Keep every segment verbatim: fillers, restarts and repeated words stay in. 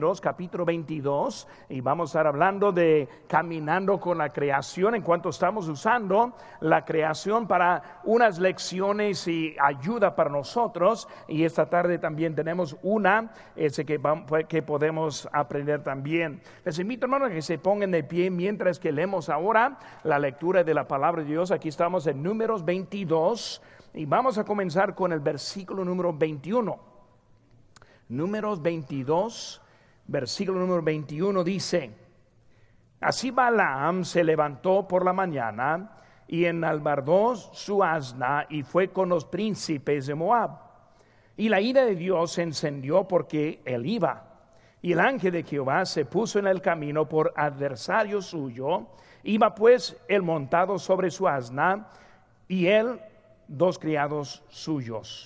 capítulo veintidós, y vamos a estar hablando de caminando con la creación, en cuanto estamos usando la creación para unas lecciones y ayuda para nosotros. Y esta tarde también tenemos una ese que, vamos, que podemos aprender también. Les invito, hermanos, a que se pongan de pie mientras que leemos ahora la lectura de la palabra de Dios. Aquí estamos en Números veintidós y vamos a comenzar con el versículo número veintiuno. Números veintidós, versículo número veintiuno dice: Así Balaam se levantó por la mañana y enalbardó su asna y fue con los príncipes de Moab. Y la ira de Dios se encendió porque él iba. Y el ángel de Jehová se puso en el camino por adversario suyo. Iba pues él montado sobre su asna y él dos criados suyos.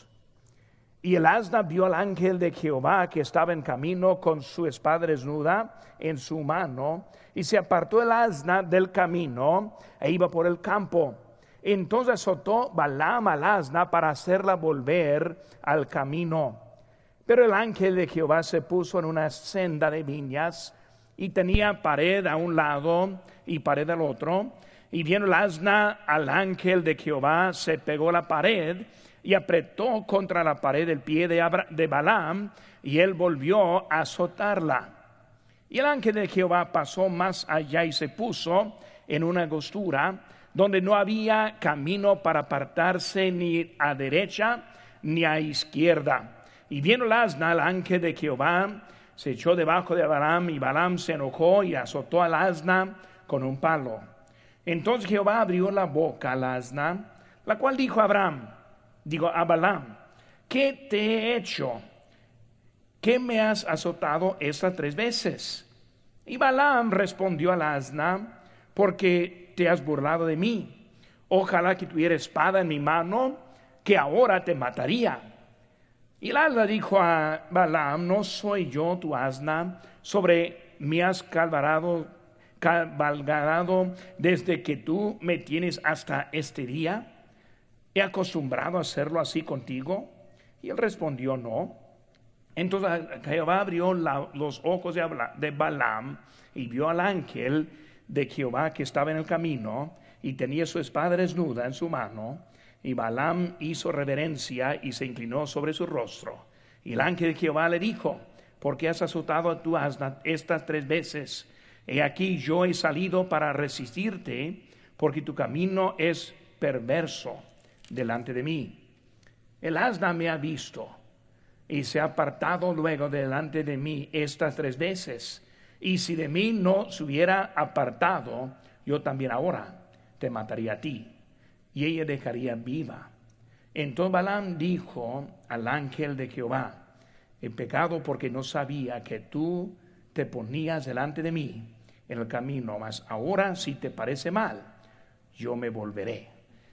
Y el asna vio al ángel de Jehová que estaba en camino con su espada desnuda en su mano, y se apartó el asna del camino e iba por el campo. Entonces azotó Balaam al asna para hacerla volver al camino. Pero el ángel de Jehová se puso en una senda de viñas y tenía pared a un lado y pared al otro. Y viendo el asna al ángel de Jehová, se pegó a la pared y apretó contra la pared el pie de, Abra- de Balaam, y él volvió a azotarla. Y el ángel de Jehová pasó más allá y se puso en una angostura donde no había camino para apartarse ni a derecha ni a izquierda. Y viendo el asna, el ángel de Jehová se echó debajo de Balaam, y Balaam se enojó y azotó al asna con un palo. Entonces Jehová abrió la boca al asna, la cual dijo a Abraham, digo a Balaam: ¿qué te he hecho? ¿Qué me has azotado estas tres veces? Y Balaam respondió al asna: porque te has burlado de mí. Ojalá que tuviera espada en mi mano, que ahora te mataría. Y el asna dijo a Balaam: ¿no soy yo tu asna? Sobre mí has cabalgado, cabalgado desde que tú me tienes hasta este día. ¿He acostumbrado a hacerlo así contigo? Y él respondió: no. Entonces Jehová abrió la, los ojos de, de Balaam, y vio al ángel de Jehová que estaba en el camino, y tenía su espada desnuda en su mano. Y Balaam hizo reverencia y se inclinó sobre su rostro. Y el ángel de Jehová le dijo: ¿por qué has azotado a tu asna estas tres veces? He aquí yo he salido para resistirte, porque tu camino es perverso delante de mí. El asna me ha visto y se ha apartado luego delante de mí estas tres veces. Y si de mí no se hubiera apartado, yo también ahora te mataría a ti, y ella dejaría viva. Entonces Balaam dijo al ángel de Jehová: he pecado porque no sabía que tú te ponías delante de mí en el camino, mas ahora si te parece mal, yo me volveré.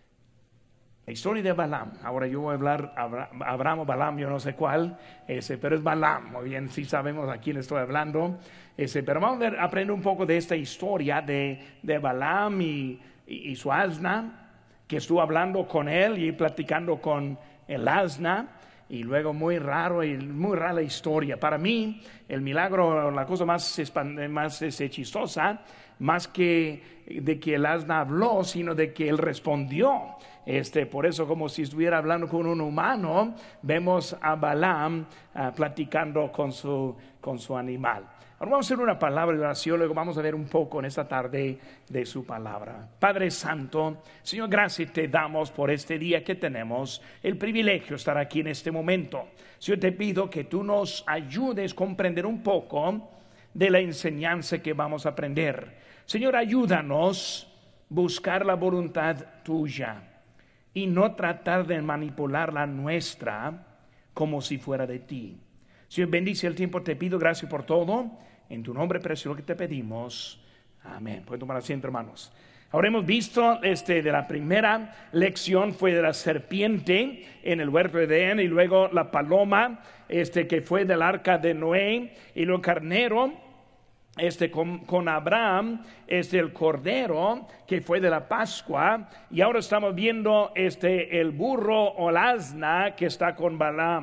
La historia de Balaam. Ahora yo voy a hablar Abraham o Balaam, yo no sé cuál, ese, pero es Balaam. Muy bien, sí sabemos a quién estoy hablando. Ese, pero vamos a aprender un poco de esta historia de, de Balaam y, y, y su asna, que estuvo hablando con él y platicando con el asna. Y luego muy raro y muy rara la historia. Para mí, el milagro, la cosa más, más este, chistosa, más que de que el asna habló, sino de que él respondió. Este, por eso, como si estuviera hablando con un humano, vemos a Balaam uh, platicando con su, con su animal. Ahora vamos a hacer una palabra de oración, luego vamos a ver un poco en esta tarde de su palabra. Padre Santo, Señor, gracias te damos por este día que tenemos el privilegio de estar aquí en este momento. Señor, te pido que tú nos ayudes a comprender un poco de la enseñanza que vamos a aprender. Señor, ayúdanos a buscar la voluntad tuya y no tratar de manipular la nuestra como si fuera de ti. Señor, bendice el tiempo, te pido gracias por todo. En tu nombre precioso que te pedimos. Amén. Pueden tomar asiento, hermanos. Ahora hemos visto este, de la primera lección fue de la serpiente en el huerto de Edén, y luego la paloma este, que fue del arca de Noé, y luego carnero este, con, con Abraham, este, el cordero que fue de la Pascua, y ahora estamos viendo este, el burro o el asna que está con Balaam.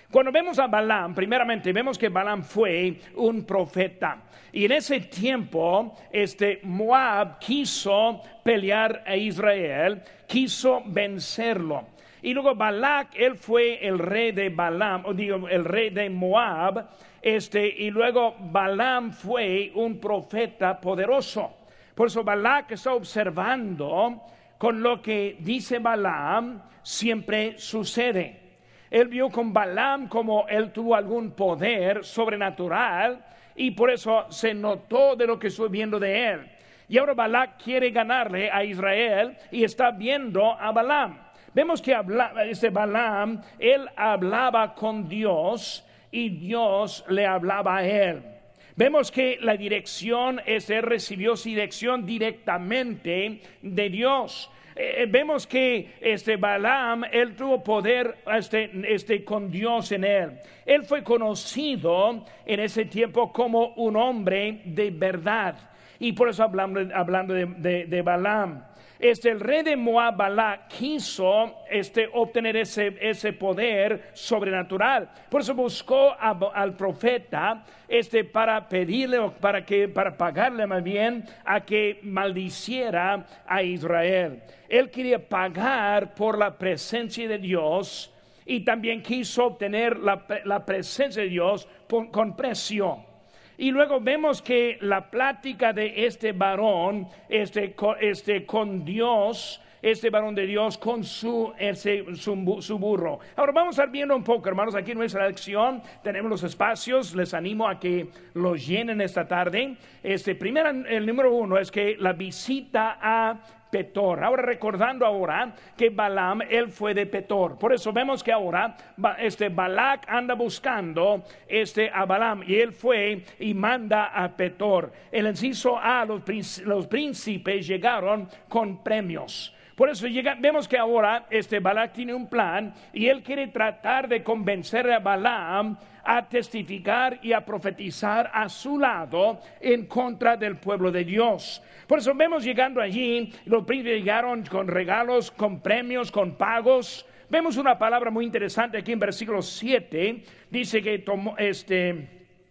Cuando vemos a Balaam, primeramente vemos que Balaam fue un profeta. Y en ese tiempo, este Moab quiso pelear a Israel, quiso vencerlo. Y luego Balac, él fue el rey de Balaam, o digo, el rey de Moab, este, y luego Balaam fue un profeta poderoso. Por eso Balac está observando con lo que dice Balaam, siempre sucede. Él vio con Balaam como él tuvo algún poder sobrenatural y por eso se notó de lo que estoy viendo de él. Y ahora Balac quiere ganarle a Israel y está viendo a Balaam. Vemos que habla, este Balaam, él hablaba con Dios y Dios le hablaba a él. Vemos que la dirección es, él recibió su dirección directamente de Dios. Eh, vemos que este Balaam, él tuvo poder este, este, con Dios en él. Él fue conocido en ese tiempo como un hombre de verdad. Y por eso hablando, hablando de, de, de Balaam. Este, el rey de Moab, Balac, quiso este, obtener ese, ese poder sobrenatural. Por eso buscó a, al profeta este, para pedirle, para, que, para pagarle más bien, a que maldiciera a Israel. Él quería pagar por la presencia de Dios y también quiso obtener la, la presencia de Dios por, con precio. Y luego vemos que la plática de este varón, este, este con Dios, este varón de Dios con su, ese, su, su burro. Ahora vamos a estar viendo un poco, hermanos, aquí en nuestra lección tenemos los espacios, les animo a que los llenen esta tarde. Este, primero, el número uno es que la visita a Petor. Ahora recordando ahora que Balaam, él fue de Petor. Por eso vemos que ahora este Balac anda buscando este a Balaam y él fue y manda a Petor. El inciso A, los, los príncipes llegaron con premios. Por eso llega, vemos que ahora este Balac tiene un plan y él quiere tratar de convencer a Balaam a testificar y a profetizar a su lado en contra del pueblo de Dios. Por eso vemos llegando allí, los príncipes llegaron con regalos, con premios, con pagos. Vemos una palabra muy interesante aquí en versículo siete, dice que tomó este...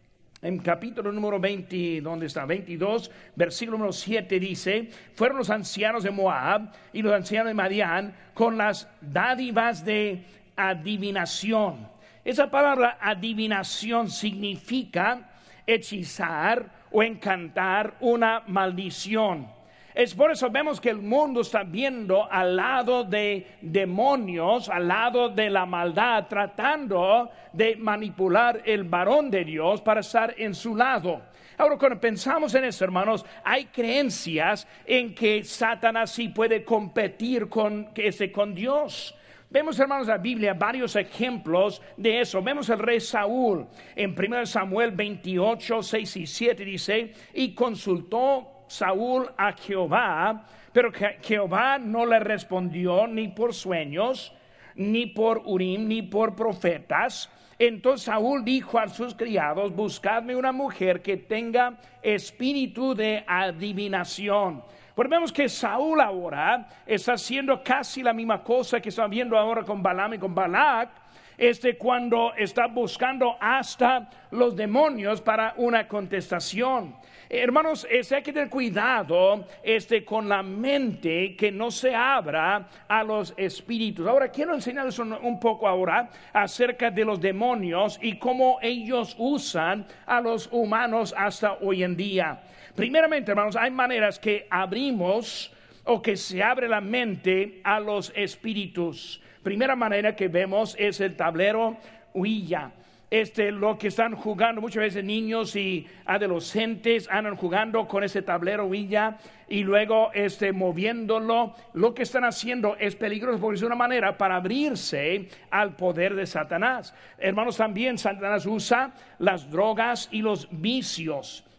En capítulo número veinte, ¿dónde está? veintidós, versículo número siete dice: fueron los ancianos de Moab y los ancianos de Madián con las dádivas de adivinación. Esa palabra adivinación significa hechizar o encantar una maldición. Es por eso vemos que el mundo está viendo al lado de demonios, al lado de la maldad, tratando de manipular el varón de Dios para estar en su lado. Ahora, cuando pensamos en eso, hermanos, hay creencias en que Satanás sí puede competir con, ese, con Dios. Vemos, hermanos, en la Biblia varios ejemplos de eso. Vemos el rey Saúl en primero Samuel veintiocho, seis y siete dice: y consultó Saúl a Jehová, pero que Jehová no le respondió ni por sueños, ni por Urim, ni por profetas. Entonces Saúl dijo a sus criados: buscadme una mujer que tenga espíritu de adivinación. Pues vemos que Saúl ahora está haciendo casi la misma cosa que está viendo ahora con Balaam y con Balac. Este cuando está buscando hasta los demonios para una contestación. Hermanos, este, hay que tener cuidado este, con la mente, que no se abra a los espíritus. Ahora quiero enseñarles un, un poco ahora acerca de los demonios y cómo ellos usan a los humanos hasta hoy en día. Primeramente, hermanos, hay maneras que abrimos o que se abre la mente a los espíritus. Primera manera que vemos es el tablero Ouija. Este, lo que están jugando muchas veces niños y adolescentes andan jugando con ese tablero Ouija y luego este, moviéndolo. Lo que están haciendo es peligroso porque es una manera para abrirse al poder de Satanás. Hermanos, también Satanás usa las drogas y los vicios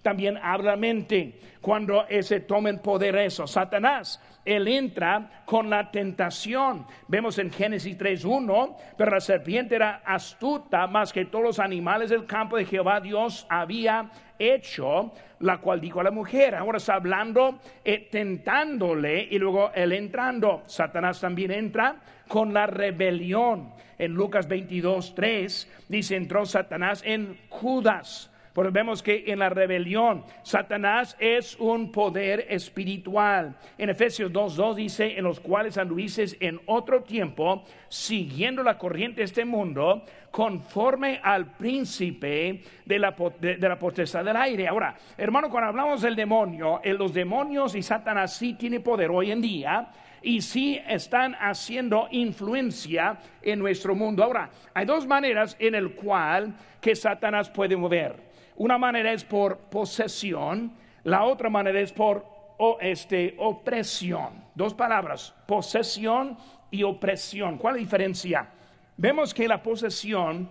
también habla la mente. Cuando ese toma el poder eso, Satanás, él entra con la tentación. Vemos en Génesis tres uno, pero la serpiente era astuta más que todos los animales del campo de Jehová Dios había hecho, la cual dijo a la mujer. Ahora está hablando, eh, tentándole, y luego él entrando. Satanás también entra con la rebelión. En Lucas veintidós tres dice, entró Satanás en Judas. Porque vemos que en la rebelión, Satanás es un poder espiritual. En Efesios dos dos dice, en los cuales anduvisteis en otro tiempo, siguiendo la corriente de este mundo, conforme al príncipe de la, de, de la potestad del aire. Ahora, hermano, cuando hablamos del demonio, en los demonios y Satanás sí tienen poder hoy en día, y sí están haciendo influencia en nuestro mundo. Ahora, hay dos maneras en el cual que Satanás puede mover. Una manera es por posesión, la otra manera es por o, este, opresión. Dos palabras, posesión y opresión. ¿Cuál es la diferencia? Vemos que la posesión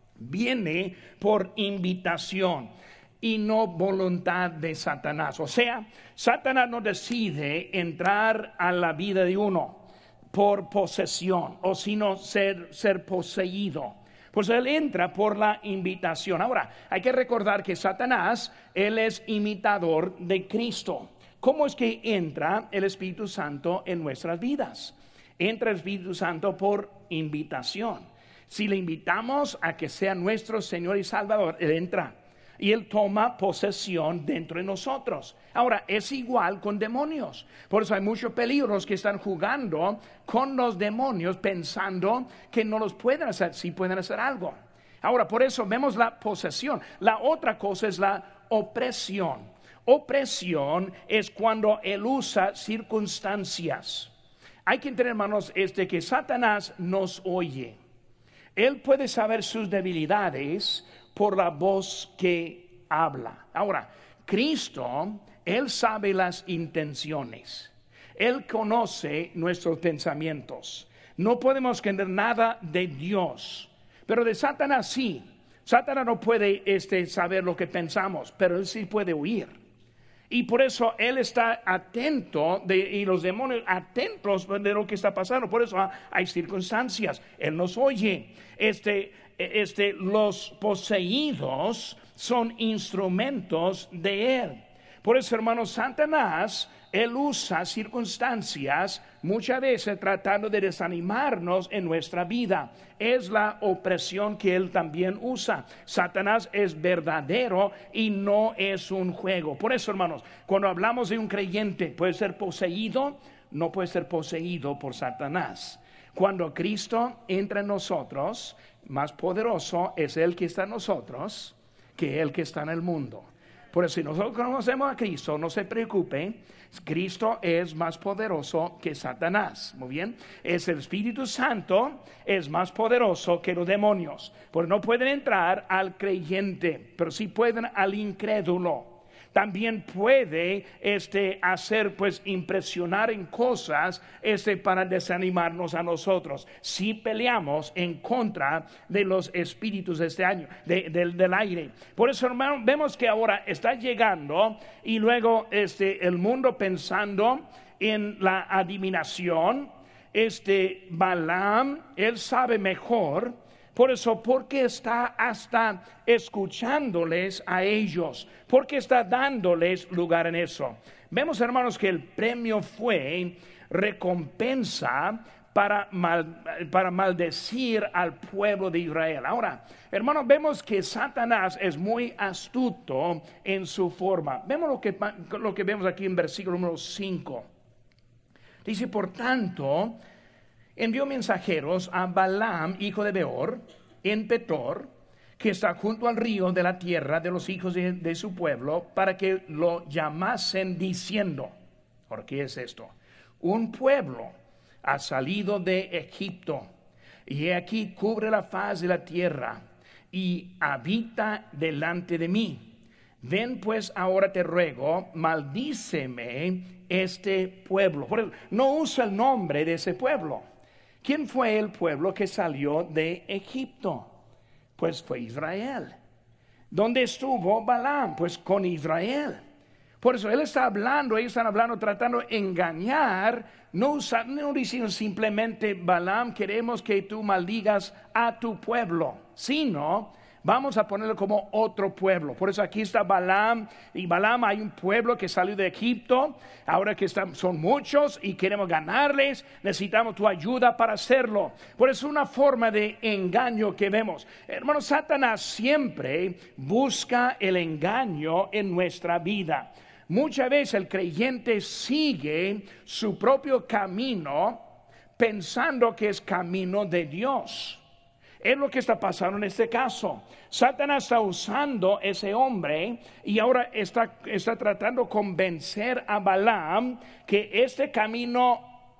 viene por invitación y no voluntad de Satanás. O sea, Satanás no decide entrar a la vida de uno por posesión, o sino ser, ser poseído. Pues él entra por la invitación. Ahora, hay que recordar que Satanás, él es imitador de Cristo. ¿Cómo es que entra el Espíritu Santo en nuestras vidas? Entra el Espíritu Santo por invitación. Si le invitamos a que sea nuestro Señor y Salvador, él entra y él toma posesión dentro de nosotros. Ahora, es igual con demonios. Por eso hay muchos peligros que están jugando con los demonios pensando que no los pueden hacer, sí pueden hacer algo. Ahora, por eso vemos la posesión. La otra cosa es la opresión. Opresión es cuando él usa circunstancias. Hay que entender, hermanos, este que Satanás nos oye. Él puede saber sus debilidades por la voz que habla. Ahora, Cristo, él sabe las intenciones. Él conoce nuestros pensamientos. No podemos entender nada de Dios, pero de Satanás sí. Satanás no puede este, saber lo que pensamos, pero él sí puede oír. Y por eso él está atento de, y los demonios atentos de lo que está pasando. Por eso hay circunstancias. Él nos oye. Este, este, los poseídos son instrumentos de él. Por eso, hermanos, Satanás, él usa circunstancias muchas veces tratando de desanimarnos en nuestra vida. Es la opresión que él también usa. Satanás es verdadero y no es un juego. Por eso, hermanos, cuando hablamos de un creyente, puede ser poseído, no puede ser poseído por Satanás. Cuando Cristo entra en nosotros, más poderoso es el que está en nosotros que el que está en el mundo. Por eso, si nosotros conocemos a Cristo, no se preocupe, Cristo es más poderoso que Satanás. Muy bien, es el Espíritu Santo, es más poderoso que los demonios. Porque no pueden entrar al creyente, pero sí pueden al incrédulo. También puede este, hacer, pues, impresionar en cosas este, para desanimarnos a nosotros. Si peleamos en contra de los espíritus de este año, de, de, del aire. Por eso, hermano, vemos que ahora está llegando y luego este, el mundo pensando en la adivinación. Este Balaam, él sabe mejor. Por eso, ¿por qué está hasta escuchándoles a ellos? ¿Por qué está dándoles lugar en eso? Vemos, hermanos, que el premio fue recompensa para, mal, para maldecir al pueblo de Israel. Ahora, hermanos, vemos que Satanás es muy astuto en su forma. Vemos lo que, lo que vemos aquí en versículo número cinco. Dice, por tanto, envió mensajeros a Balaam, hijo de Beor, en Petor, que está junto al río de la tierra de los hijos de, de su pueblo, para que lo llamasen diciendo, ¿por qué es esto? Un pueblo ha salido de Egipto, y he aquí cubre la faz de la tierra, y habita delante de mí. Ven pues ahora te ruego, maldíceme este pueblo. Por eso, no usa el nombre de ese pueblo. ¿Quién fue el pueblo que salió de Egipto? Pues fue Israel. ¿Dónde estuvo Balaam? Pues con Israel. Por eso él está hablando, ellos están hablando, tratando de engañar, no, usa, no diciendo simplemente, Balaam, queremos que tú maldigas a tu pueblo, sino vamos a ponerlo como otro pueblo. Por eso aquí está Balaam, y Balaam, hay un pueblo que salió de Egipto, ahora que están, son muchos y queremos ganarles, necesitamos tu ayuda para hacerlo. Por eso es una forma de engaño que vemos. Hermano, Satanás siempre busca el engaño en nuestra vida. Muchas veces el creyente sigue su propio camino pensando que es camino de Dios. Es lo que está pasando en este caso. Satanás está usando ese hombre y ahora está, está tratando de convencer a Balaam que este camino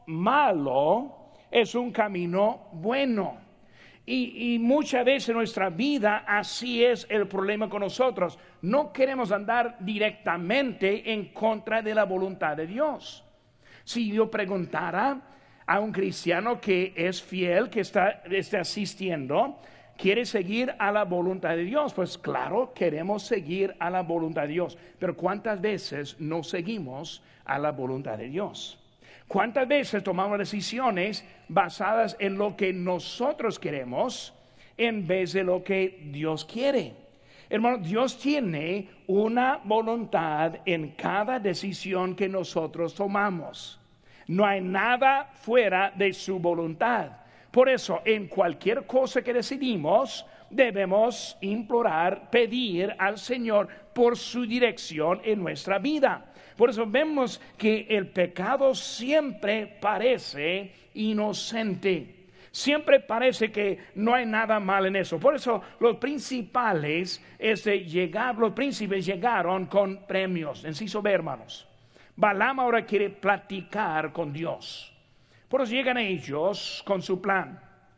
malo es un camino bueno. Y, y muchas veces en nuestra vida así es el problema con nosotros. No queremos andar directamente en contra de la voluntad de Dios. Si yo preguntara a un cristiano que es fiel, que está, está asistiendo, quiere seguir a la voluntad de Dios, pues claro, queremos seguir a la voluntad de Dios. Pero ¿cuántas veces no seguimos a la voluntad de Dios? ¿Cuántas veces tomamos decisiones basadas en lo que nosotros queremos en vez de lo que Dios quiere? Hermano, Dios tiene una voluntad en cada decisión que nosotros tomamos. No hay nada fuera de su voluntad. Por eso, en cualquier cosa que decidimos, debemos implorar, pedir al Señor por su dirección en nuestra vida. Por eso vemos que el pecado siempre parece inocente. Siempre parece que no hay nada mal en eso. Por eso los principales es de llegar, los príncipes llegaron con premios. Inciso B, hermanos. Balaam ahora quiere platicar con Dios. Por eso llegan ellos con su plan,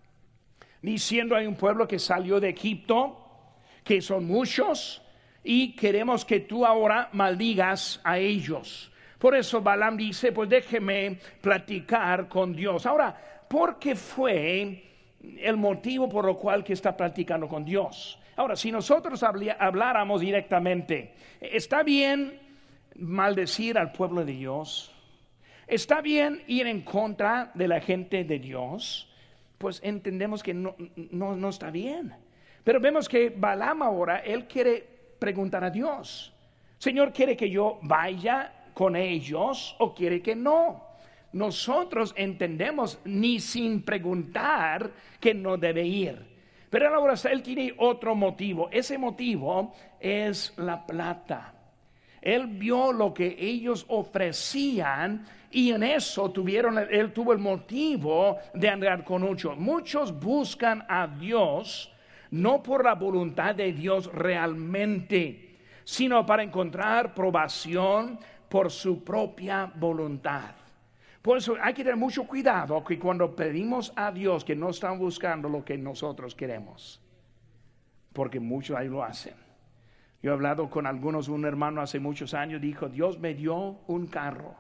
diciendo: hay un pueblo que salió de Egipto, que son muchos, y queremos que tú ahora maldigas a ellos. Por eso Balaam dice: pues déjeme platicar con Dios. Ahora, ¿por qué fue el motivo por el cual que está platicando con Dios? Ahora, si nosotros habláramos directamente, ¿está bien maldecir al pueblo de Dios? ¿Está bien ir en contra de la gente de Dios? Pues entendemos que no, no, no está bien. Pero vemos que Balaam ahora, él quiere preguntar a Dios: Señor, ¿quiere que yo vaya con ellos o quiere que no? Nosotros entendemos ni sin preguntar que no debe ir. Pero ahora él tiene otro motivo. Ese motivo es la plata. Él vio lo que ellos ofrecían y en eso tuvieron, él tuvo el motivo de andar con muchos. Muchos buscan a Dios no por la voluntad de Dios realmente, sino para encontrar aprobación por su propia voluntad. Por eso hay que tener mucho cuidado que cuando pedimos a Dios, que no están buscando lo que nosotros queremos, porque muchos ahí lo hacen. Yo he hablado con algunos, un hermano hace muchos años dijo: Dios me dio un carro.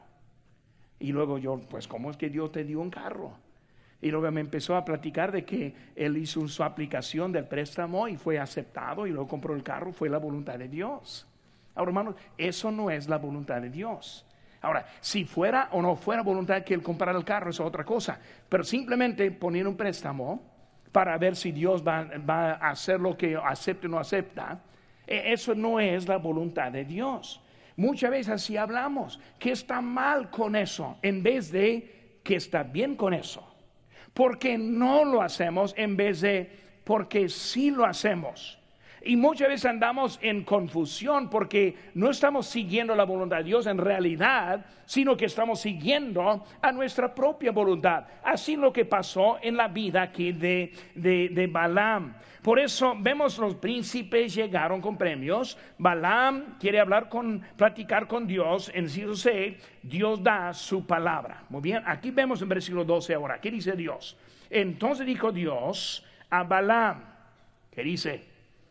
Y luego yo, pues, ¿cómo es que Dios te dio un carro? Y luego me empezó a platicar de que él hizo su aplicación del préstamo y fue aceptado y luego compró el carro. Fue la voluntad de Dios. Ahora, hermanos, eso no es la voluntad de Dios. Ahora, si fuera o no fuera voluntad que él comprara el carro, es otra cosa. Pero simplemente poner un préstamo para ver si Dios va, va a hacer lo que acepta o no acepta, eso no es la voluntad de Dios. Muchas veces así hablamos, que está mal con eso, en vez de que está bien con eso. Porque no lo hacemos en vez de porque sí lo hacemos. Y muchas veces andamos en confusión porque no estamos siguiendo la voluntad de Dios en realidad, sino que estamos siguiendo a nuestra propia voluntad. Así lo que pasó en la vida aquí de, de, de Balaam. Por eso vemos los príncipes llegaron con premios. Balaam quiere hablar con, platicar con Dios. En inciso C, Dios da su palabra. Muy bien, aquí vemos en versículo doce ahora. ¿Qué dice Dios? Entonces dijo Dios a Balaam, ¿qué dice?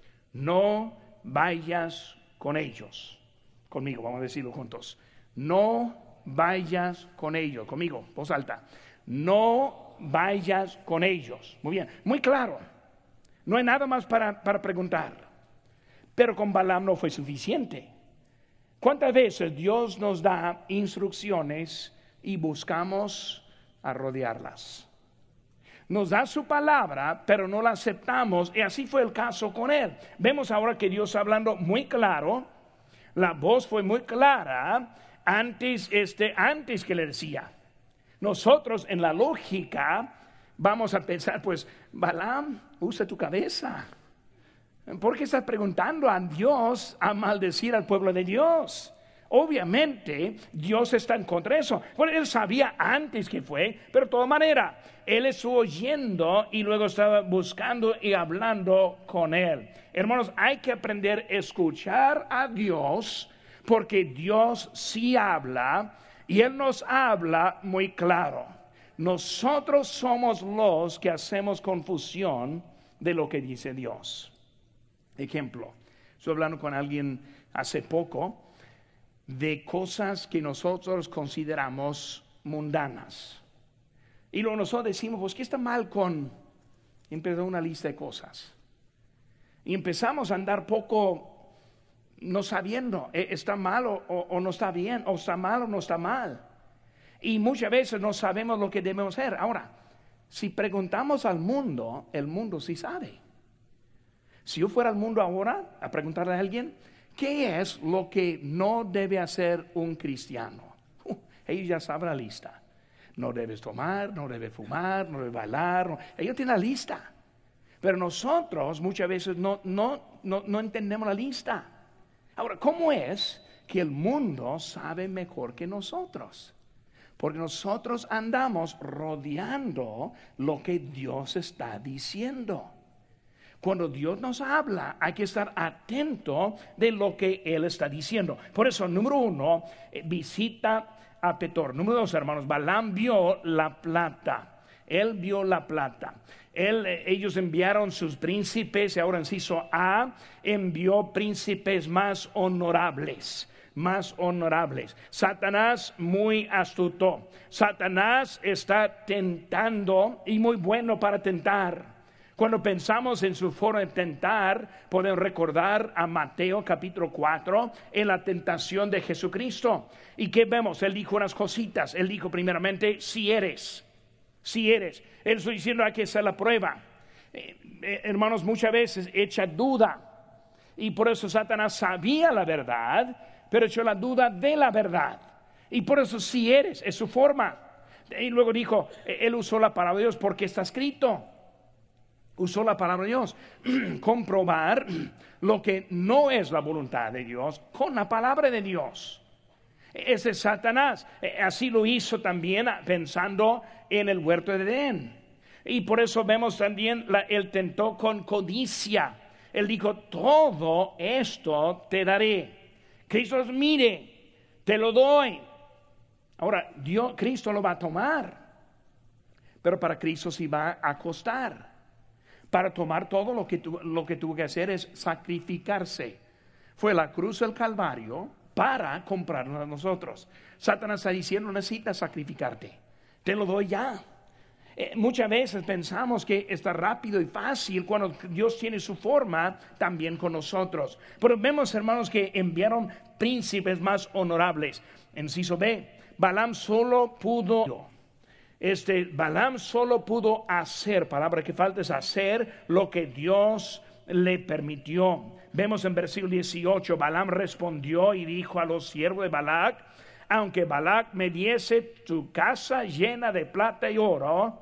No vayas con ellos. Conmigo, vamos a decirlo juntos. No vayas con ellos. Conmigo, voz alta. No vayas con ellos. Muy bien, muy claro. No hay nada más para, para preguntar. Pero con Balaam no fue suficiente. ¿Cuántas veces Dios nos da instrucciones y buscamos a rodearlas? Nos da su palabra, pero no la aceptamos, y así fue el caso con él. Vemos ahora que Dios está hablando muy claro, la voz fue muy clara antes, este, antes que le decía. Nosotros en la lógica vamos a pensar, pues, Balaam, usa tu cabeza. ¿Por qué estás preguntando a Dios a maldecir al pueblo de Dios? Obviamente Dios está en contra de eso. Bueno, él sabía antes que fue, pero de todas maneras él estuvo oyendo y luego estaba buscando y hablando con él. Hermanos, hay que aprender a escuchar a Dios, porque Dios sí habla y él nos habla muy claro. Nosotros somos los que hacemos confusión de lo que dice Dios. Ejemplo, estoy hablando con alguien hace poco de cosas que nosotros consideramos mundanas. Y luego nosotros decimos, pues, ¿qué está mal con? Empezó una lista de cosas. Y empezamos a andar poco, no sabiendo, ¿está mal o, o, o no está bien? ¿O está mal o no está mal? Y muchas veces no sabemos lo que debemos hacer. Ahora, si preguntamos al mundo, el mundo sí sabe. Si yo fuera al mundo ahora a preguntarle a alguien, ¿qué es lo que no debe hacer un cristiano? Uh, ellos ya saben la lista. No debes tomar, no debes fumar, no debes bailar. No. Ellos tienen la lista. Pero nosotros muchas veces no, no, no, no entendemos la lista. Ahora, ¿cómo es que el mundo sabe mejor que nosotros? Porque nosotros andamos rodeando lo que Dios está diciendo. Cuando Dios nos habla, hay que estar atento de lo que Él está diciendo. Por eso, número uno, eh, visita a Petor. Número dos, hermanos, Balaam vio la plata. Él vio la plata. Él, eh, ellos enviaron sus príncipes, y ahora inciso A, envió príncipes más honorables. Más honorables. Satanás muy astuto. Satanás está tentando, y muy bueno para tentar. Cuando pensamos en su forma de tentar, podemos recordar a Mateo capítulo cuatro, en la tentación de Jesucristo. ¿Y qué vemos? Él dijo unas cositas. Él dijo primeramente, si eres, si eres. Él está diciendo, hay que hacer la prueba. Eh, eh, hermanos, muchas veces echa duda. Y por eso Satanás sabía la verdad, pero echó la duda de la verdad. Y por eso si eres, es su forma. Y luego dijo, él usó la palabra de Dios porque está escrito. Usó la palabra de Dios. Comprobar lo que no es la voluntad de Dios con la palabra de Dios. Ese es Satanás. Así lo hizo también pensando en el huerto de Edén. Y por eso vemos también, la, él tentó con codicia. Él dijo, todo esto te daré. Cristo los mire, te lo doy. Ahora, Dios, Cristo lo va a tomar. Pero para Cristo sí va a costar. Para tomar todo lo que, tu, lo que tuvo que hacer es sacrificarse. Fue la cruz del Calvario para comprarnos a nosotros. Satanás está diciendo, necesitas sacrificarte. Te lo doy ya. Eh, muchas veces pensamos que está rápido y fácil cuando Dios tiene su forma también con nosotros. Pero vemos, hermanos, que enviaron príncipes más honorables. Inciso B, Balaam solo pudo... Este Balaam solo pudo hacer, palabra que falta es hacer lo que Dios le permitió. Vemos en versículo dieciocho, Balaam respondió y dijo a los siervos de Balac, aunque Balac me diese tu casa llena de plata y oro,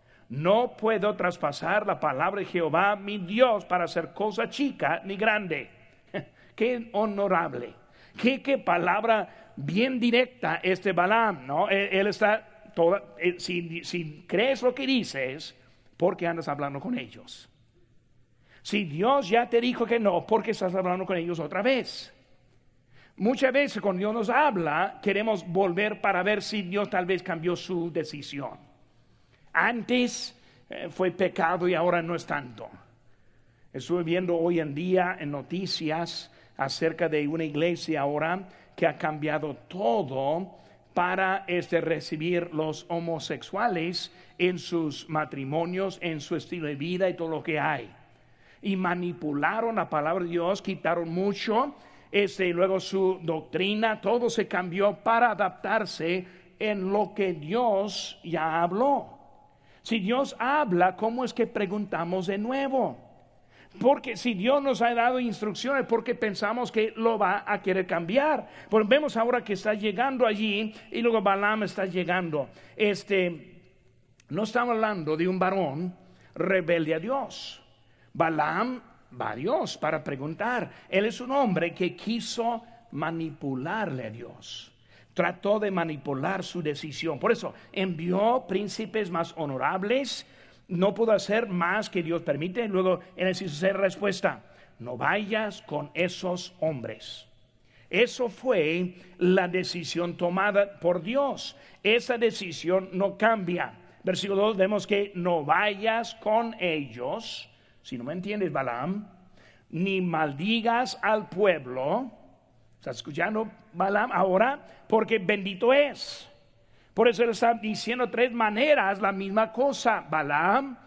no puedo traspasar la palabra de Jehová mi Dios para hacer cosa chica ni grande. Qué honorable, qué, qué palabra bien directa este Balaam, ¿no? Él, él está... Toda, eh, si, si crees lo que dices, ¿por qué andas hablando con ellos? Si Dios ya te dijo que no, ¿por qué estás hablando con ellos otra vez? Muchas veces cuando Dios nos habla, queremos volver para ver si Dios tal vez cambió su decisión. Antes eh, fue pecado y ahora no es tanto. Estuve viendo hoy en día en noticias acerca de una iglesia ahora que ha cambiado todo para este, recibir los homosexuales en sus matrimonios, en su estilo de vida y todo lo que hay. y manipularon la palabra de Dios, quitaron mucho, este, y luego su doctrina, todo se cambió para adaptarse en lo que Dios ya habló. Si Dios habla, ¿cómo es que preguntamos de nuevo? Porque si Dios nos ha dado instrucciones, porque pensamos que lo va a querer cambiar. Pues vemos ahora que está llegando allí y luego Balaam está llegando. Este, no estamos hablando de un varón rebelde a Dios. Balaam va a Dios para preguntar. Él es un hombre que quiso manipularle a Dios. Trató de manipular su decisión. Por eso envió príncipes más honorables. No pudo hacer más que Dios permite. Luego él hizo hacer respuesta: no vayas con esos hombres. Eso fue la decisión tomada por Dios. Esa decisión no cambia. Versículo dos, vemos que no vayas con ellos. Si no me entiendes, Balaam, ni maldigas al pueblo. ¿Estás escuchando, Balaam? Ahora, porque bendito es. Por eso él está diciendo tres maneras la misma cosa. Balaam,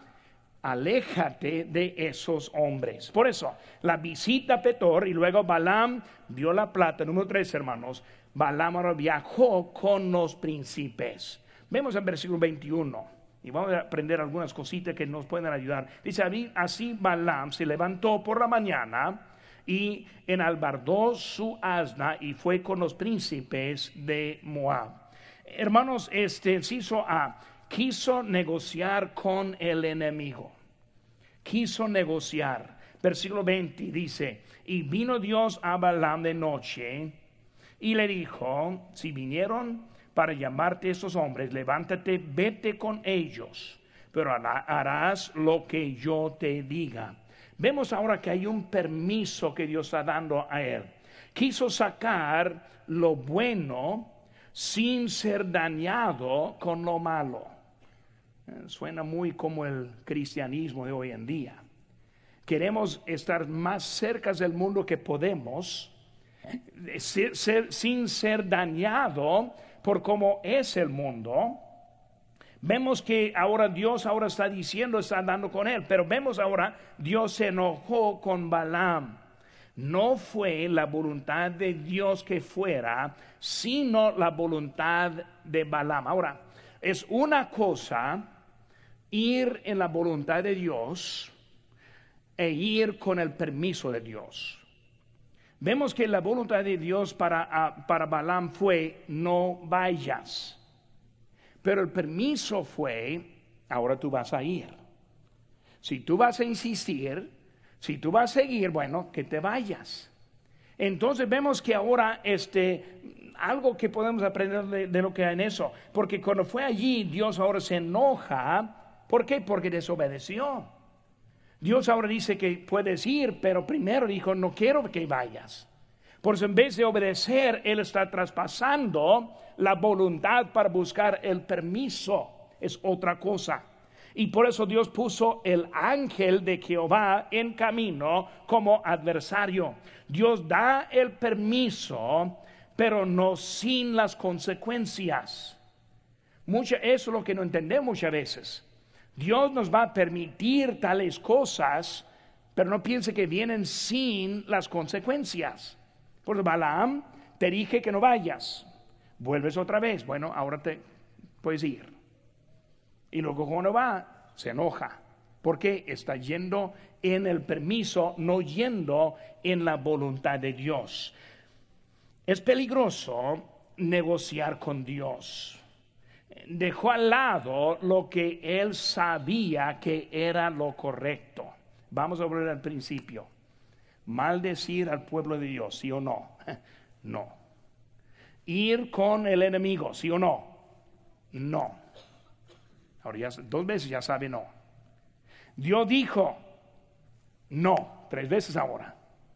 aléjate de esos hombres. Por eso, la visita a Petor y luego Balaam dio la plata. Número tres, hermanos. Balaam ahora viajó con los príncipes. Vemos en versículo veintiuno. Y vamos a aprender algunas cositas que nos pueden ayudar. Dice, así Balaam se levantó por la mañana y enalbardó su asna y fue con los príncipes de Moab. Hermanos, este inciso A, quiso negociar con el enemigo. Quiso negociar. Versículo veinte dice, y vino Dios a Balaam de noche y le dijo, si vinieron para llamarte estos hombres, levántate, vete con ellos, pero harás lo que yo te diga. Vemos ahora que hay un permiso que Dios está dando a él. Quiso sacar lo bueno sin ser dañado con lo malo. Suena muy como el cristianismo de hoy en día. Queremos estar más cerca del mundo que podemos, ser, ser, sin ser dañado por cómo es el mundo. Vemos que ahora Dios ahora está diciendo, está dando con él, pero vemos ahora Dios se enojó con Balaam. No fue la voluntad de Dios que fuera, sino la voluntad de Balaam. Ahora, es una cosa ir en la voluntad de Dios e ir con el permiso de Dios. Vemos que la voluntad de Dios para, para Balaam fue, no vayas. Pero el permiso fue, ahora tú vas a ir. Si tú vas a insistir, si tú vas a seguir, bueno, que te vayas. Entonces vemos que ahora este, algo que podemos aprender de, de lo que hay en eso. Porque cuando fue allí, Dios ahora se enoja. ¿Por qué? Porque desobedeció. Dios ahora dice que puedes ir, pero primero dijo, no quiero que vayas. Por eso en vez de obedecer, Él está traspasando la voluntad para buscar el permiso. Es otra cosa. Y por eso Dios puso el ángel de Jehová en camino como adversario. Dios da el permiso, pero no sin las consecuencias. Mucha, eso es lo que no entendemos muchas veces. Dios nos va a permitir tales cosas, pero no piense que vienen sin las consecuencias. Por eso, Balaam, te dije que no vayas. Vuelves otra vez. Bueno, ahora te puedes ir. Y luego cuando va, se enoja. Porque está yendo en el permiso, no yendo en la voluntad de Dios. Es peligroso negociar con Dios. Dejó al lado lo que él sabía que era lo correcto. Vamos a volver al principio. Maldecir al pueblo de Dios, ¿sí o no? No. Ir con el enemigo, ¿sí o no? No. Ahora ya dos veces ya sabe no. Dios dijo no, tres veces ahora.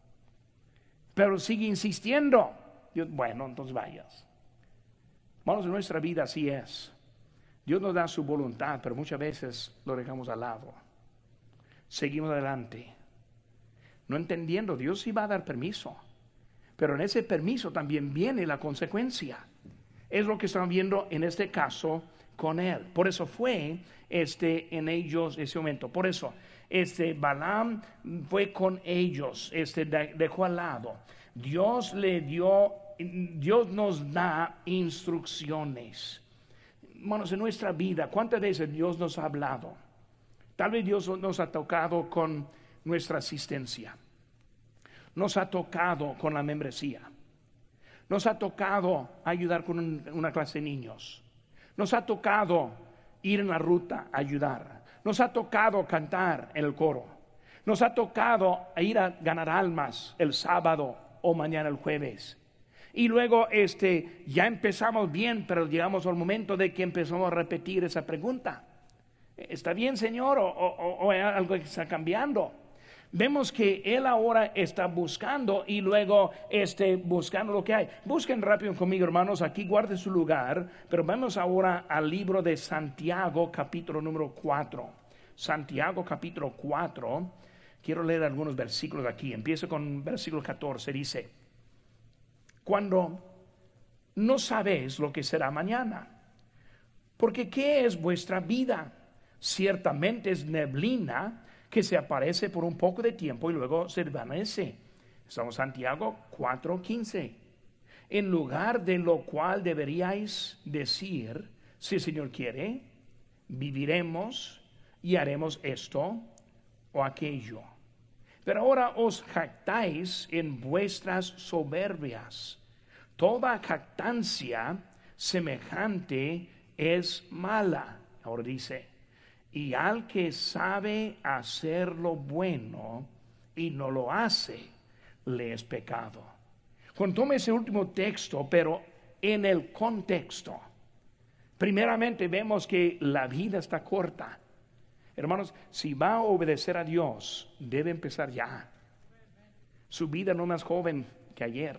Pero sigue insistiendo. Dios, bueno, entonces vayas. Hermanos, en nuestra vida así es. Dios nos da su voluntad, pero muchas veces lo dejamos al lado. Seguimos adelante. No entendiendo, Dios sí va a dar permiso. Pero en ese permiso también viene la consecuencia. Es lo que estamos viendo en este caso con él. Por eso fue este, en ellos ese momento. Por eso este, Balaam fue con ellos, este, dejó al lado. Dios le dio, Dios nos da instrucciones. Hermanos, en nuestra vida, ¿cuántas veces Dios nos ha hablado? Tal vez Dios nos ha tocado con nuestra asistencia. Nos ha tocado con la membresía. Nos ha tocado ayudar con un, una clase de niños. Nos ha tocado ir en la ruta a ayudar. Nos ha tocado cantar en el coro. Nos ha tocado ir a ganar almas el sábado o mañana el jueves. Y luego este, ya empezamos bien, pero llegamos al momento de que empezamos a repetir esa pregunta. ¿Está bien, Señor? ¿O, o, o algo que está cambiando? Vemos que Él ahora está buscando y luego este, buscando lo que hay. Busquen rápido conmigo, hermanos, aquí guarde su lugar. Pero vamos ahora al libro de Santiago, capítulo número cuatro. Santiago, capítulo cuatro. Quiero leer algunos versículos aquí. Empiezo con versículo catorce. Dice: cuando no sabéis lo que será mañana, porque ¿qué es vuestra vida? Ciertamente es neblina que se aparece por un poco de tiempo y luego se desvanece. Estamos en Santiago cuatro quince. En lugar de lo cual deberíais decir: si el Señor quiere, viviremos y haremos esto o aquello. Pero ahora os jactáis en vuestras soberbias. Toda jactancia semejante es mala. Ahora dice: y al que sabe hacer lo bueno y no lo hace, le es pecado. Cuando tome ese último texto, pero en el contexto, primeramente vemos que la vida está corta. Hermanos, si va a obedecer a Dios, debe empezar ya. Su vida no es más joven que ayer.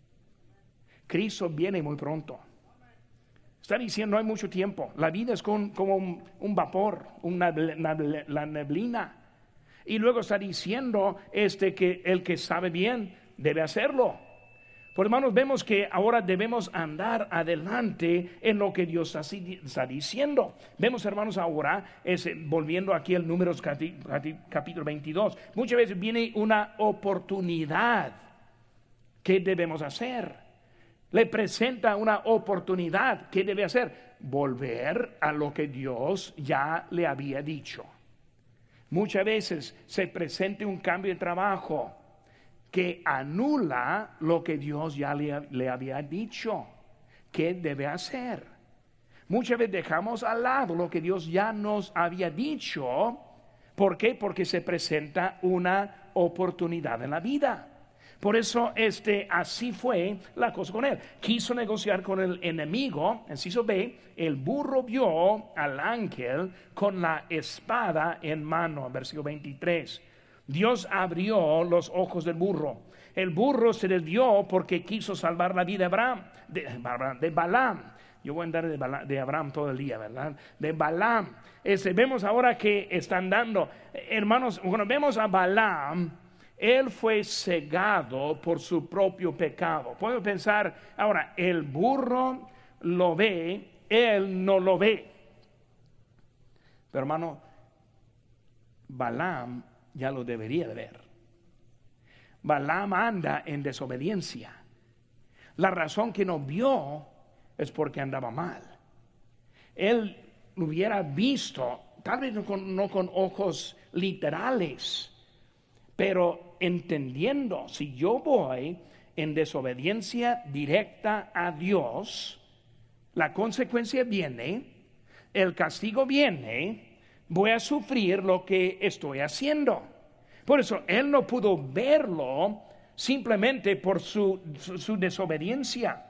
Cristo viene muy pronto. Está diciendo, no hay mucho tiempo. La vida es con, como un, un vapor, una, una, la neblina. Y luego está diciendo este, que el que sabe bien debe hacerlo. Pues hermanos, vemos que ahora debemos andar adelante en lo que Dios está, está diciendo. Vemos, hermanos, ahora, es, volviendo aquí al Números capítulo veintidós, muchas veces viene una oportunidad. ¿Qué debemos hacer? Le presenta una oportunidad. ¿Qué debe hacer? Volver a lo que Dios ya le había dicho. Muchas veces se presenta un cambio de trabajo que anula lo que Dios ya le, le había dicho. ¿Qué debe hacer? Muchas veces dejamos al lado lo que Dios ya nos había dicho. ¿Por qué? Porque se presenta una oportunidad en la vida. Por eso este, así fue la cosa con él. Quiso negociar con el enemigo. Inciso B: el burro vio al ángel con la espada en mano. Versículo veintitrés. Dios abrió los ojos del burro. El burro se desvió porque quiso salvar la vida de Abraham, de, de Balaam. Yo voy a andar de, Balaam, de Abraham todo el día, ¿verdad? De Balaam. Este, vemos ahora que están dando, hermanos, cuando vemos a Balaam, él fue cegado por su propio pecado. Puedo pensar, ahora, el burro lo ve, él no lo ve. Pero hermano, Balaam ya lo debería de ver. Balaam anda en desobediencia. La razón que no vio es porque andaba mal. Él lo hubiera visto, tal vez no con, no con ojos literales, pero entendiendo, si yo voy en desobediencia directa a Dios, la consecuencia viene, el castigo viene, voy a sufrir lo que estoy haciendo. Por eso él no pudo verlo simplemente por su, su, su desobediencia.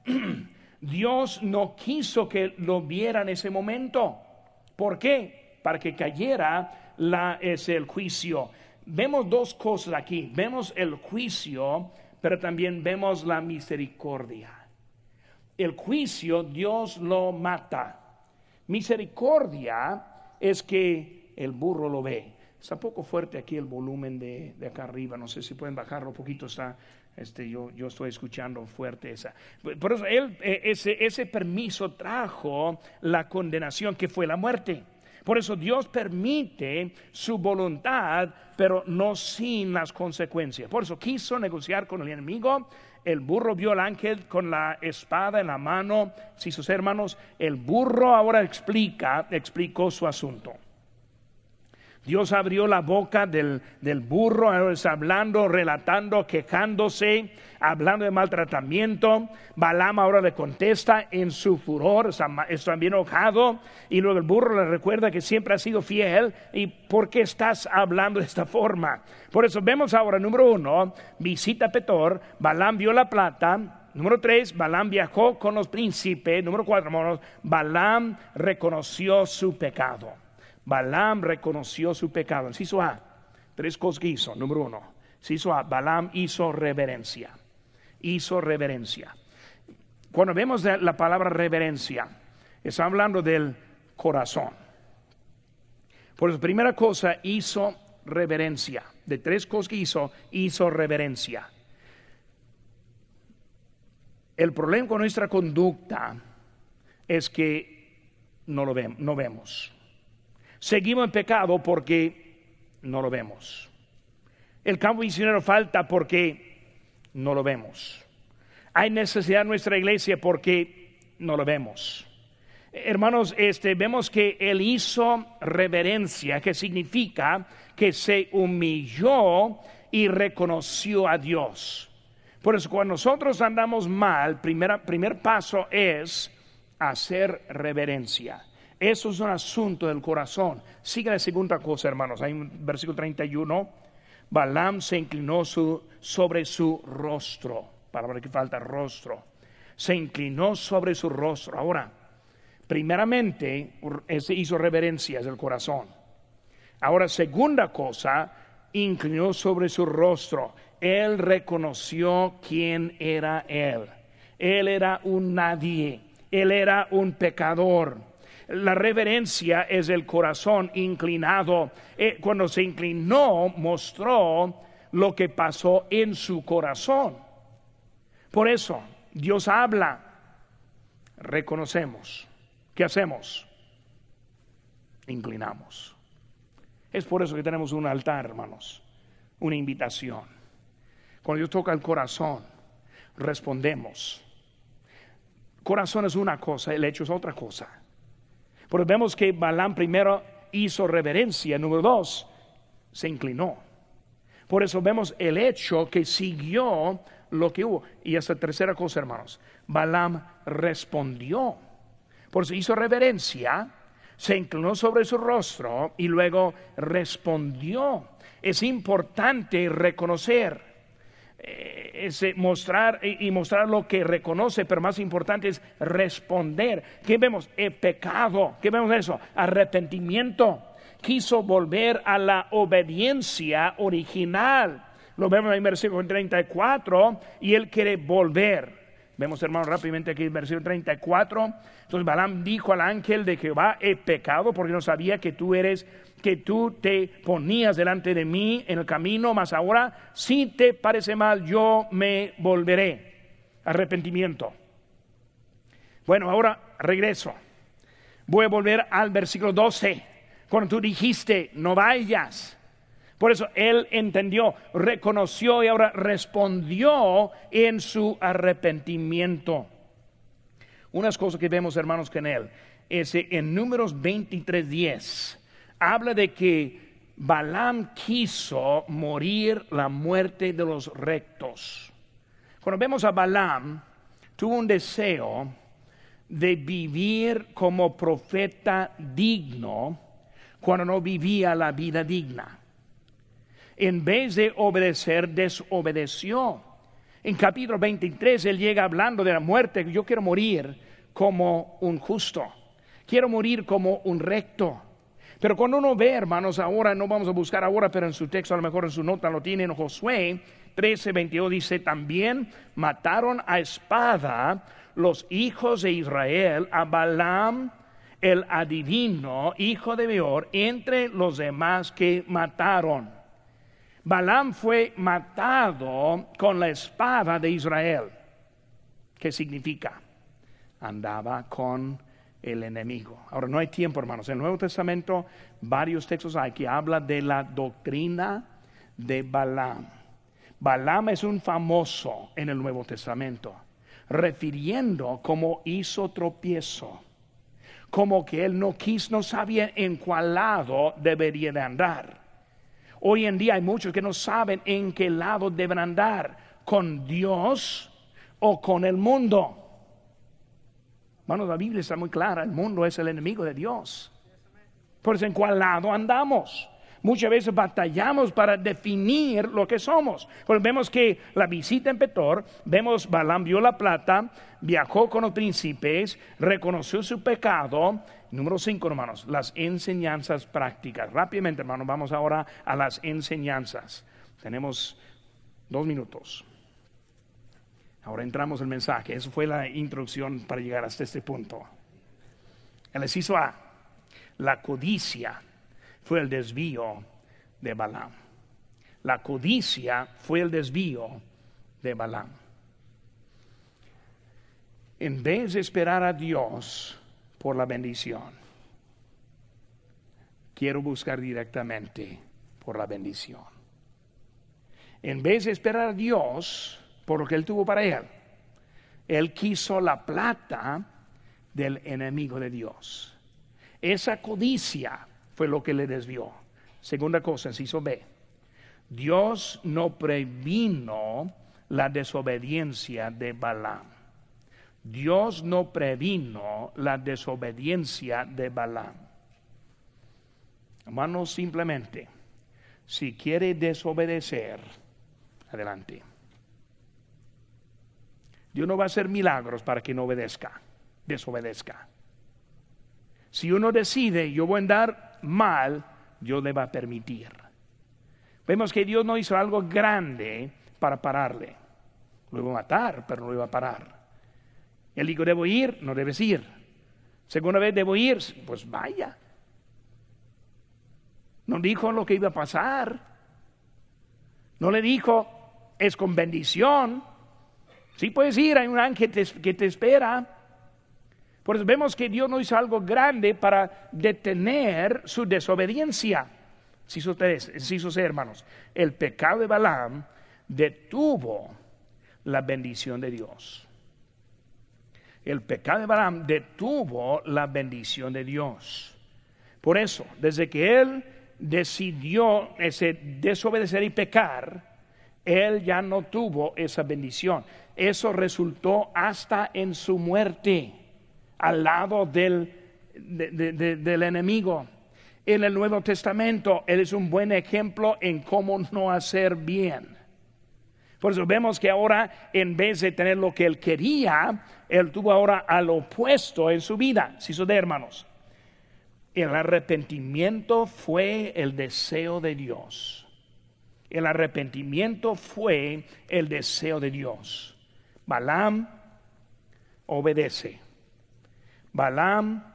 Dios no quiso que lo viera en ese momento. ¿Por qué? Para que cayera la, es el juicio. Vemos dos cosas aquí. Vemos el juicio, pero también vemos la misericordia. El juicio Dios lo mata. Misericordia es que el burro lo ve. Está un poco fuerte aquí el volumen de, de acá arriba. No sé si pueden bajarlo un poquito. Está Este, yo, yo estoy escuchando fuerte esa. Por eso él, ese, ese permiso trajo la condenación que fue la muerte. Por eso Dios permite su voluntad, pero no sin las consecuencias. Por eso quiso negociar con el enemigo. El burro vio al ángel con la espada en la mano. Si sus hermanos, el burro ahora explica, explicó su asunto. Dios abrió la boca del, del burro, ahora está hablando, relatando, quejándose, hablando de maltratamiento. Balaam ahora le contesta en su furor, está, está bien enojado, y luego el burro le recuerda que siempre ha sido fiel. ¿Y por qué estás hablando de esta forma? Por eso vemos ahora, número uno, visita a Petor. Balaam vio la plata. Número tres, Balaam viajó con los príncipes. Número cuatro, hermanos, Balaam reconoció su pecado. Balaam reconoció su pecado. Inciso A, tres cosas que hizo. Número uno, inciso A, Balaam hizo reverencia. Hizo reverencia. Cuando vemos la palabra reverencia, está hablando del corazón. Por eso, primera cosa, hizo reverencia. De tres cosas que hizo, hizo reverencia. El problema con nuestra conducta es que no lo vemos, no vemos. Seguimos en pecado porque no lo vemos. El campo misionero falta porque no lo vemos. Hay necesidad en nuestra iglesia porque no lo vemos. Hermanos, este, vemos que él hizo reverencia, que significa que se humilló y reconoció a Dios. Por eso cuando nosotros andamos mal, primer, primer paso es hacer reverencia. Eso es un asunto del corazón. Sigue la segunda cosa, hermanos. Hay un versículo treinta y uno. Balaam se inclinó su, sobre su rostro. Palabra que falta, rostro. Se inclinó sobre su rostro. Ahora, primeramente, hizo reverencias del corazón. Ahora, segunda cosa, inclinó sobre su rostro. Él reconoció quién era él. Él era un nadie. Él era un pecador. La reverencia es el corazón inclinado. Eh, cuando se inclinó, mostró lo que pasó en su corazón. Por eso, Dios habla, reconocemos. ¿Qué hacemos? Inclinamos. Es por eso que tenemos un altar, hermanos, una invitación. Cuando Dios toca el corazón, respondemos. Corazón es una cosa, el hecho es otra cosa. Pero vemos que Balaam primero hizo reverencia. Número dos, se inclinó. Por eso vemos el hecho que siguió lo que hubo. Y esa tercera cosa, hermanos, Balaam respondió. Por eso hizo reverencia, se inclinó sobre su rostro y luego respondió. Es importante reconocer. Es mostrar y mostrar lo que reconoce, pero más importante es responder. ¿Qué vemos? El pecado. ¿Qué vemos de eso? Arrepentimiento. Quiso volver a la obediencia original. Lo vemos en el versículo treinta y cuatro y él quiere volver. Vemos, hermanos, rápidamente aquí el versículo treinta y cuatro. Entonces Balaam dijo al ángel de Jehová: he pecado porque no sabía que tú eres, que tú te ponías delante de mí en el camino, mas ahora si te parece mal yo me volveré. Arrepentimiento. Bueno, ahora regreso. Voy a volver al versículo doce. Cuando tú dijiste no vayas. Por eso él entendió, reconoció y ahora respondió en su arrepentimiento. Unas cosas que vemos, hermanos, que en él es en Números veintitrés diez habla de que Balaam quiso morir la muerte de los rectos. Cuando vemos a Balaam, tuvo un deseo de vivir como profeta digno cuando no vivía la vida digna. En vez de obedecer, desobedeció. En capítulo veintitrés él llega hablando de la muerte. Yo quiero morir como un justo, quiero morir como un recto. Pero cuando uno ve, hermanos, ahora no vamos a buscar ahora, pero en su texto, a lo mejor en su nota lo tienen, en Josué trece veintidós dice: también mataron a espada los hijos de Israel a Balaam el adivino, hijo de Beor, entre los demás que mataron. Balaam fue matado con la espada de Israel. ¿Qué significa? Andaba con el enemigo. Ahora, no hay tiempo, hermanos. En el Nuevo Testamento, varios textos hay que hablan de la doctrina de Balaam. Balaam es un famoso en el Nuevo Testamento, refiriendo cómo hizo tropiezo, como que él no quiso, no sabía en cuál lado debería de andar. Hoy en día hay muchos que no saben en qué lado deben andar, con Dios o con el mundo. Bueno, la Biblia está muy clara, el mundo es el enemigo de Dios. Por eso, ¿en cuál lado andamos? Muchas veces batallamos para definir lo que somos. Pues vemos que la visita en Petor, vemos Balaam vio la plata, viajó con los príncipes, reconoció su pecado. Número cinco, hermanos, las enseñanzas prácticas. Rápidamente, hermanos, vamos ahora a las enseñanzas. Tenemos dos minutos. Ahora entramos en el mensaje. Esa fue la introducción para llegar hasta este punto. El inciso A, la codicia fue el desvío de Balaam. La codicia fue el desvío de Balaam. En vez de esperar a Dios por la bendición, quiero buscar directamente por la bendición. En vez de esperar a Dios por lo que él tuvo para él, él quiso la plata del enemigo de Dios. Esa codicia fue lo que le desvió. Segunda cosa, inciso B, Dios no previno la desobediencia de Balaam. Dios no previno la desobediencia de Balaam. Hermanos, simplemente, si quiere desobedecer, adelante. Dios no va a hacer milagros para que no obedezca, desobedezca. Si uno decide, yo voy a andar mal, Dios le va a permitir. Vemos que Dios no hizo algo grande para pararle. Lo iba a matar, pero no lo iba a parar. Él dijo, debo ir, no debes ir. Segunda vez, debo ir, pues vaya. No dijo lo que iba a pasar. No le dijo, es con bendición. Sí puedes ir, hay un ángel que te, que te espera. Por eso vemos que Dios no hizo algo grande para detener su desobediencia. Si sus hermanos, el pecado de Balaam detuvo la bendición de Dios. El pecado de Balaam detuvo la bendición de Dios. Por eso, desde que él decidió ese desobedecer y pecar, él ya no tuvo esa bendición. Eso resultó hasta en su muerte, al lado del, de, de, de, del enemigo. En el Nuevo Testamento, él es un buen ejemplo en cómo no hacer bien. Por eso vemos que ahora, en vez de tener lo que él quería, él tuvo ahora al opuesto en su vida. ¿Sí, de hermanos? El arrepentimiento fue el deseo de Dios. El arrepentimiento fue el deseo de Dios. Balaam obedece. Balaam,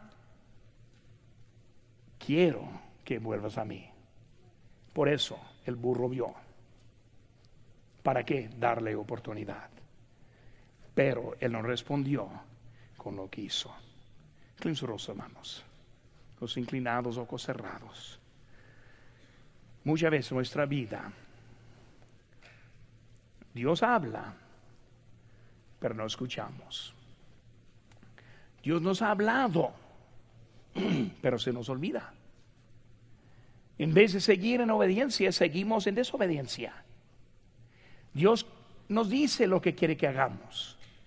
quiero que vuelvas a mí. Por eso el burro vio. ¿Para qué? Darle oportunidad. Pero él no respondió con lo que hizo. Inclinen sus rostros, hermanos. Los inclinados, ojos cerrados. Muchas veces en nuestra vida, Dios habla, pero no escuchamos. Dios nos ha hablado, pero se nos olvida. En vez de seguir en obediencia, seguimos en desobediencia. Dios nos dice lo que quiere que hagamos,